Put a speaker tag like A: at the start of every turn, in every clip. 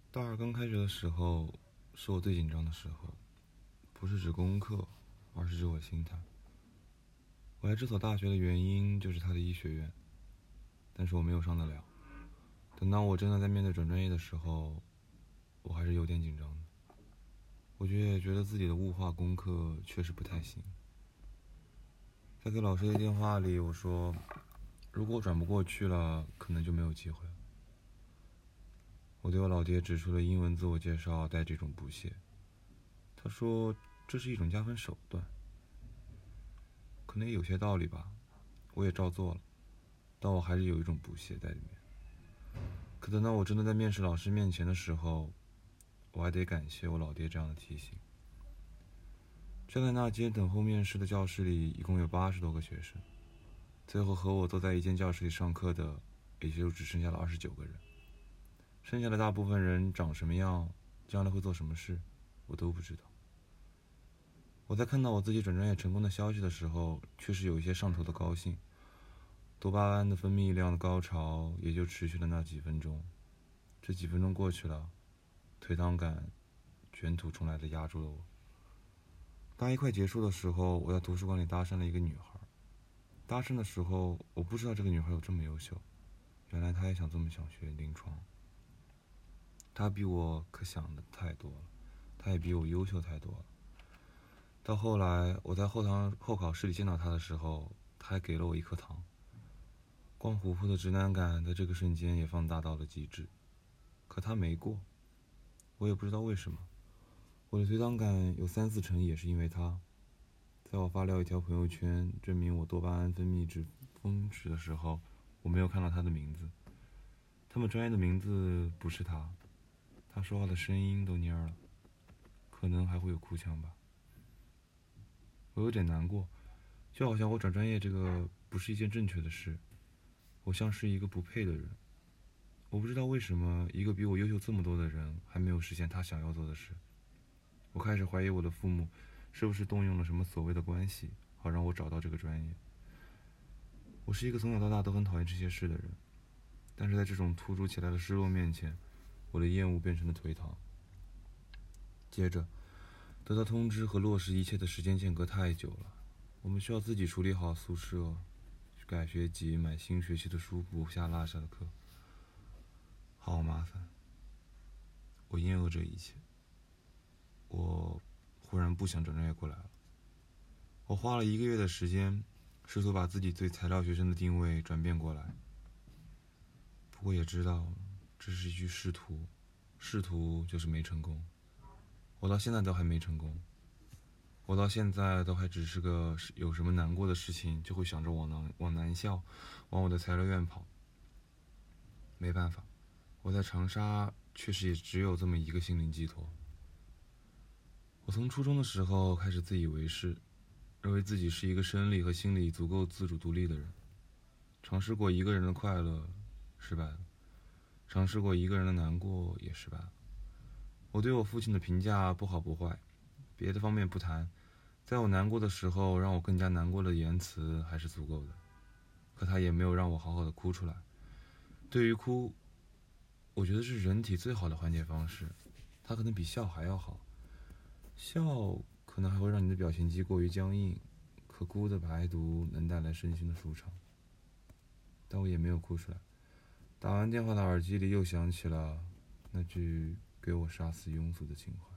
A: 大二刚开学的时候，是我最紧张的时候，不是指功课，而是指我心态。我来这所大学的原因就是它的医学院，但是我没有上得了。等到我真的在面对转专业的时候，我还是有点紧张的。我也觉得自己的物化功课确实不太行。在给老师的电话里，我说，如果我转不过去了，可能就没有机会了。我对我老爹指出了英文自我介绍带这种不屑，他说这是一种加分手段，可能也有些道理吧。我也照做了，但我还是有一种不屑在里面。可等到我真的在面试老师面前的时候，我还得感谢我老爹这样的提醒。站在那间等候面试的教室里，一共有80多个学生，最后和我坐在一间教室里上课的，也就只剩下了29个人。剩下的大部分人长什么样，将来会做什么事，我都不知道。我在看到我自己转专业成功的消息的时候，确实有一些上头的高兴。多巴胺的分泌量的高潮也就持续了那几分钟。这几分钟过去了，颓唐感卷土重来的压住了我。大一快结束的时候，我在图书馆里搭讪了一个女孩。搭讪的时候，我不知道这个女孩有这么优秀，原来她也想学临床。她比我可想的太多了，她也比我优秀太多了。到后来，我在后考室里见到她的时候，她还给了我一颗糖。光琥珀的直男感在这个瞬间也放大到了极致，可她没过，我也不知道为什么。我的颓唐感有3-4成也是因为她。在我发了一条朋友圈证明我多巴胺分泌值峰值的时候，我没有看到她的名字。他们专业的名字不是她，她说话的声音都蔫了，可能还会有哭腔吧。我有点难过，就好像我转专业这个不是一件正确的事，我像是一个不配的人。我不知道为什么一个比我优秀这么多的人还没有实现他想要做的事。我开始怀疑我的父母是不是动用了什么所谓的关系，好让我找到这个专业。我是一个从小到大都很讨厌这些事的人，但是在这种突如其来的失落面前，我的厌恶变成了颓唐。接着得到通知和落实一切的时间间隔太久了，我们需要自己处理好宿舍、改学籍、买新学期的书、补下落下的课，好麻烦。我厌恶这一切，我忽然不想转专业过来了。我花了1个月的时间，试图把自己对材料学生的定位转变过来。不过也知道，这是一句试图，试图就是没成功。我到现在都还没成功，我到现在都还只是个有什么难过的事情就会想着往南校，往我的材料院跑。没办法，我在长沙确实也只有这么一个心灵寄托。我从初中的时候开始自以为是，认为自己是一个生理和心理足够自主独立的人。尝试过一个人的快乐，失败了；尝试过一个人的难过，也失败了。我对我父亲的评价不好不坏，别的方面不谈，在我难过的时候让我更加难过的言辞还是足够的，可他也没有让我好好的哭出来。对于哭，我觉得是人体最好的缓解方式，它可能比笑还要好。笑可能还会让你的表情肌过于僵硬，可哭的排毒能带来身心的舒畅。但我也没有哭出来。打完电话的耳机里又响起了那句给我杀死庸俗的情怀。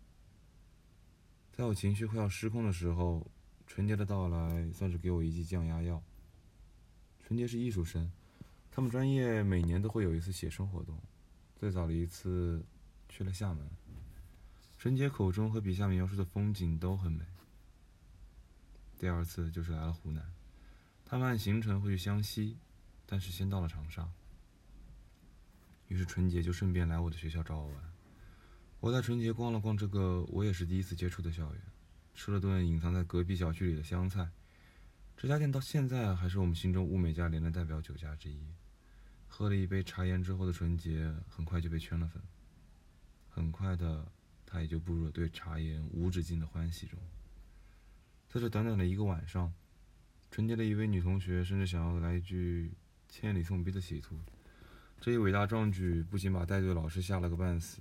A: 在我情绪快要失控的时候，纯洁的到来算是给我一剂降压药。纯洁是艺术生，他们专业每年都会有一次写生活动，最早的一次去了厦门。纯洁口中和笔下描述的风景都很美。第2次就是来了湖南，他们按行程会去湘西，但是先到了长沙。于是纯洁就顺便来我的学校找我玩。我带纯洁逛了逛这个我也是第一次接触的校园，吃了顿隐藏在隔壁小区里的湘菜。这家店到现在还是我们心中物美价廉的代表酒家之一。喝了一杯茶颜之后的纯洁很快就被圈了粉，很快的他也就步入了对茶颜无止境的欢喜中。在这短短的1个晚上，纯洁的一位女同学甚至想要来一句千里送别的企图， 这一伟大壮举不仅把带队老师吓了个半死，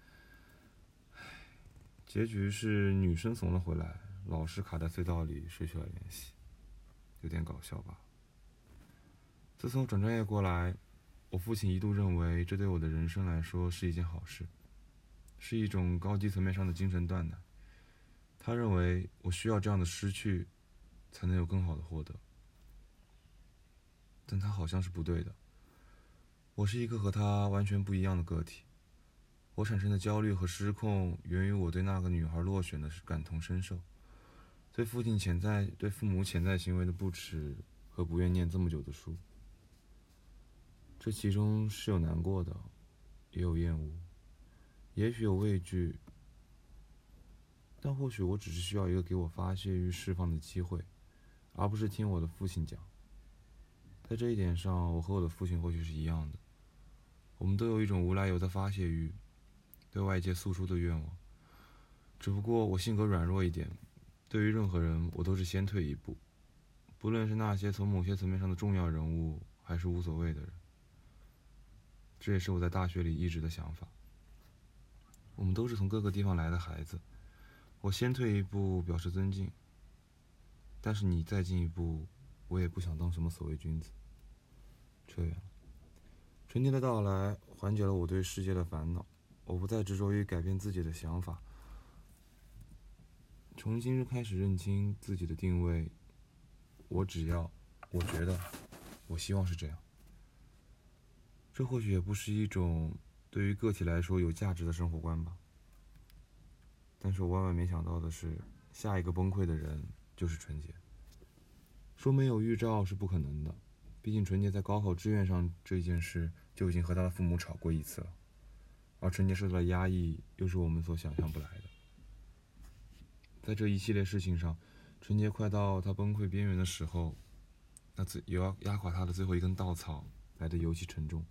A: 结局是女生怂了回来，老师卡在隧道里失去了联系，有点搞笑吧。自从转专业过来，我父亲一度认为这对我的人生来说是一件好事，是一种高级层面上的精神断奶。他认为我需要这样的失去，才能有更好的获得。但他好像是不对的。我是一个和他完全不一样的个体，我产生的焦虑和失控源于我对那个女孩落选的感同身受，对父母潜在行为的不耻和不愿念这么久的书。这其中是有难过的，也有厌恶，也许有畏惧，但或许我只是需要一个给我发泄与释放的机会，而不是听我的父亲讲。在这一点上，我和我的父亲或许是一样的，我们都有一种无来由的发泄欲，对外界诉说的愿望。只不过我性格软弱一点，对于任何人我都是先退一步，不论是那些从某些层面上的重要人物，还是无所谓的人。这也是我在大学里一直的想法。我们都是从各个地方来的孩子，我先退一步表示尊敬，但是你再进一步，我也不想当什么所谓君子。扯远了。春天的到来缓解了我对世界的烦恼，我不再执着于改变自己的想法，重新开始认清自己的定位。我觉得，我希望是这样。这或许也不是一种对于个体来说有价值的生活观吧。但是我万万没想到的是，下一个崩溃的人就是纯洁。说没有预兆是不可能的，毕竟纯洁在高考志愿上这件事就已经和他的父母吵过一次了，而纯洁受到的压抑又是我们所想象不来的。在这一系列事情上，纯洁快到他崩溃边缘的时候，那要压垮他的最后一根稻草来得尤其沉重。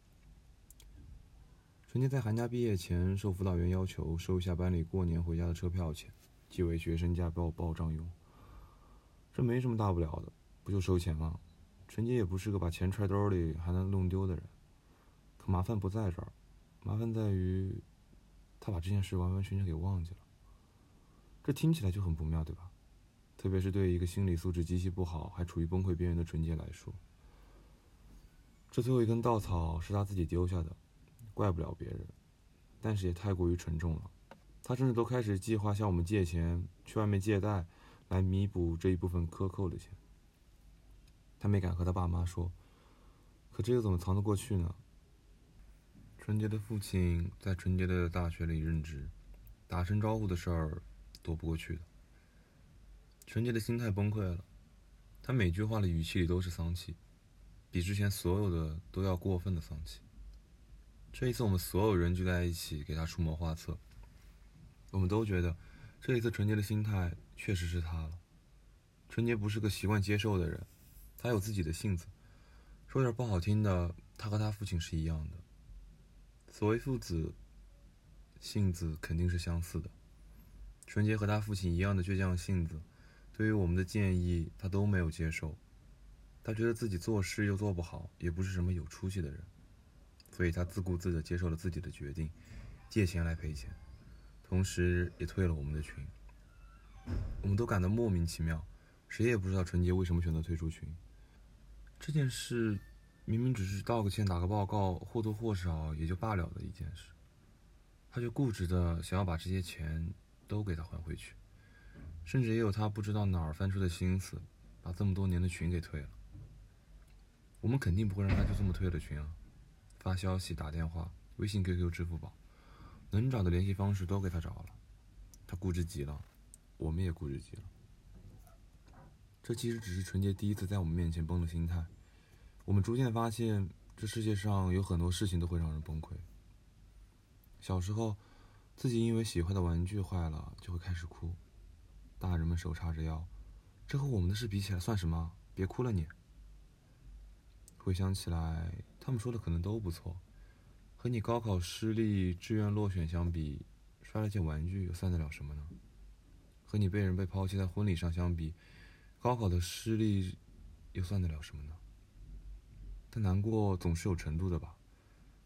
A: 纯洁在寒假毕业前受辅导员要求收下班里过年回家的车票钱，即为学生价报账用。这没什么大不了的，不就收钱吗？纯洁也不是个把钱揣兜里还能弄丢的人。可麻烦不在这儿，麻烦在于他把这件事完完全全给忘记了。这听起来就很不妙，对吧？特别是对于一个心理素质极其不好还处于崩溃边缘的纯洁来说，这最后一根稻草是他自己丢下的，怪不了别人，但是也太过于沉重了。他甚至都开始计划向我们借钱，去外面借贷，来弥补这一部分克扣的钱。他没敢和他爸妈说，可这又怎么藏得过去呢？纯洁的父亲在纯洁的大学里任职，打声招呼的事儿躲不过去的。纯洁的心态崩溃了，他每句话的语气里都是丧气，比之前所有的都要过分的丧气。这一次我们所有人聚在一起给他出谋划策，我们都觉得这一次纯洁的心态确实是他了。纯洁不是个习惯接受的人，他有自己的性子，说点不好听的，他和他父亲是一样的。所谓父子，性子肯定是相似的。纯洁和他父亲一样的倔强性子，对于我们的建议他都没有接受。他觉得自己做事又做不好，也不是什么有出息的人，所以他自顾自地接受了自己的决定，借钱来赔钱，同时也退了我们的群。我们都感到莫名其妙，谁也不知道纯洁为什么选择退出群。这件事明明只是道个歉打个报告，或多或少也就罢了的一件事，他就固执的想要把这些钱都给他还回去，甚至也有他不知道哪儿翻出的心思，把这么多年的群给退了。我们肯定不会让他就这么退了群啊，发消息打电话微信 QQ 支付宝能找的联系方式都给他找了。他固执极了，我们也固执极了。这其实只是纯洁第一次在我们面前崩的心态。我们逐渐发现，这世界上有很多事情都会让人崩溃。小时候，自己因为喜欢的玩具坏了就会开始哭，大人们手叉着腰，这和我们的事比起来算什么？别哭了你。回想起来，他们说的可能都不错，和你高考失利志愿落选相比，摔了件玩具又算得了什么呢？和你被人抛弃在婚礼上相比，高考的失利又算得了什么呢？但难过总是有程度的吧，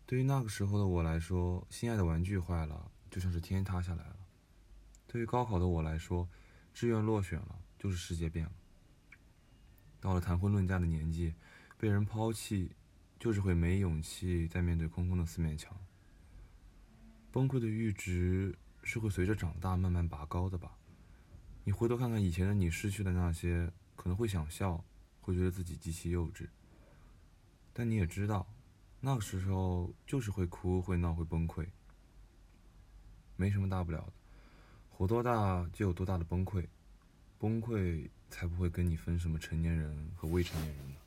A: 对于那个时候的我来说，心爱的玩具坏了，就像是天塌下来了。对于高考的我来说，志愿落选了，就是世界变了。到了谈婚论嫁的年纪，被人抛弃，就是会没勇气再面对空空的四面墙。崩溃的阈值是会随着长大慢慢拔高的吧？你回头看看以前的你失去的那些，可能会想笑，会觉得自己极其幼稚。但你也知道，那个时候就是会哭、会闹、会崩溃，没什么大不了的。活多大就有多大的崩溃，崩溃才不会跟你分什么成年人和未成年人呢。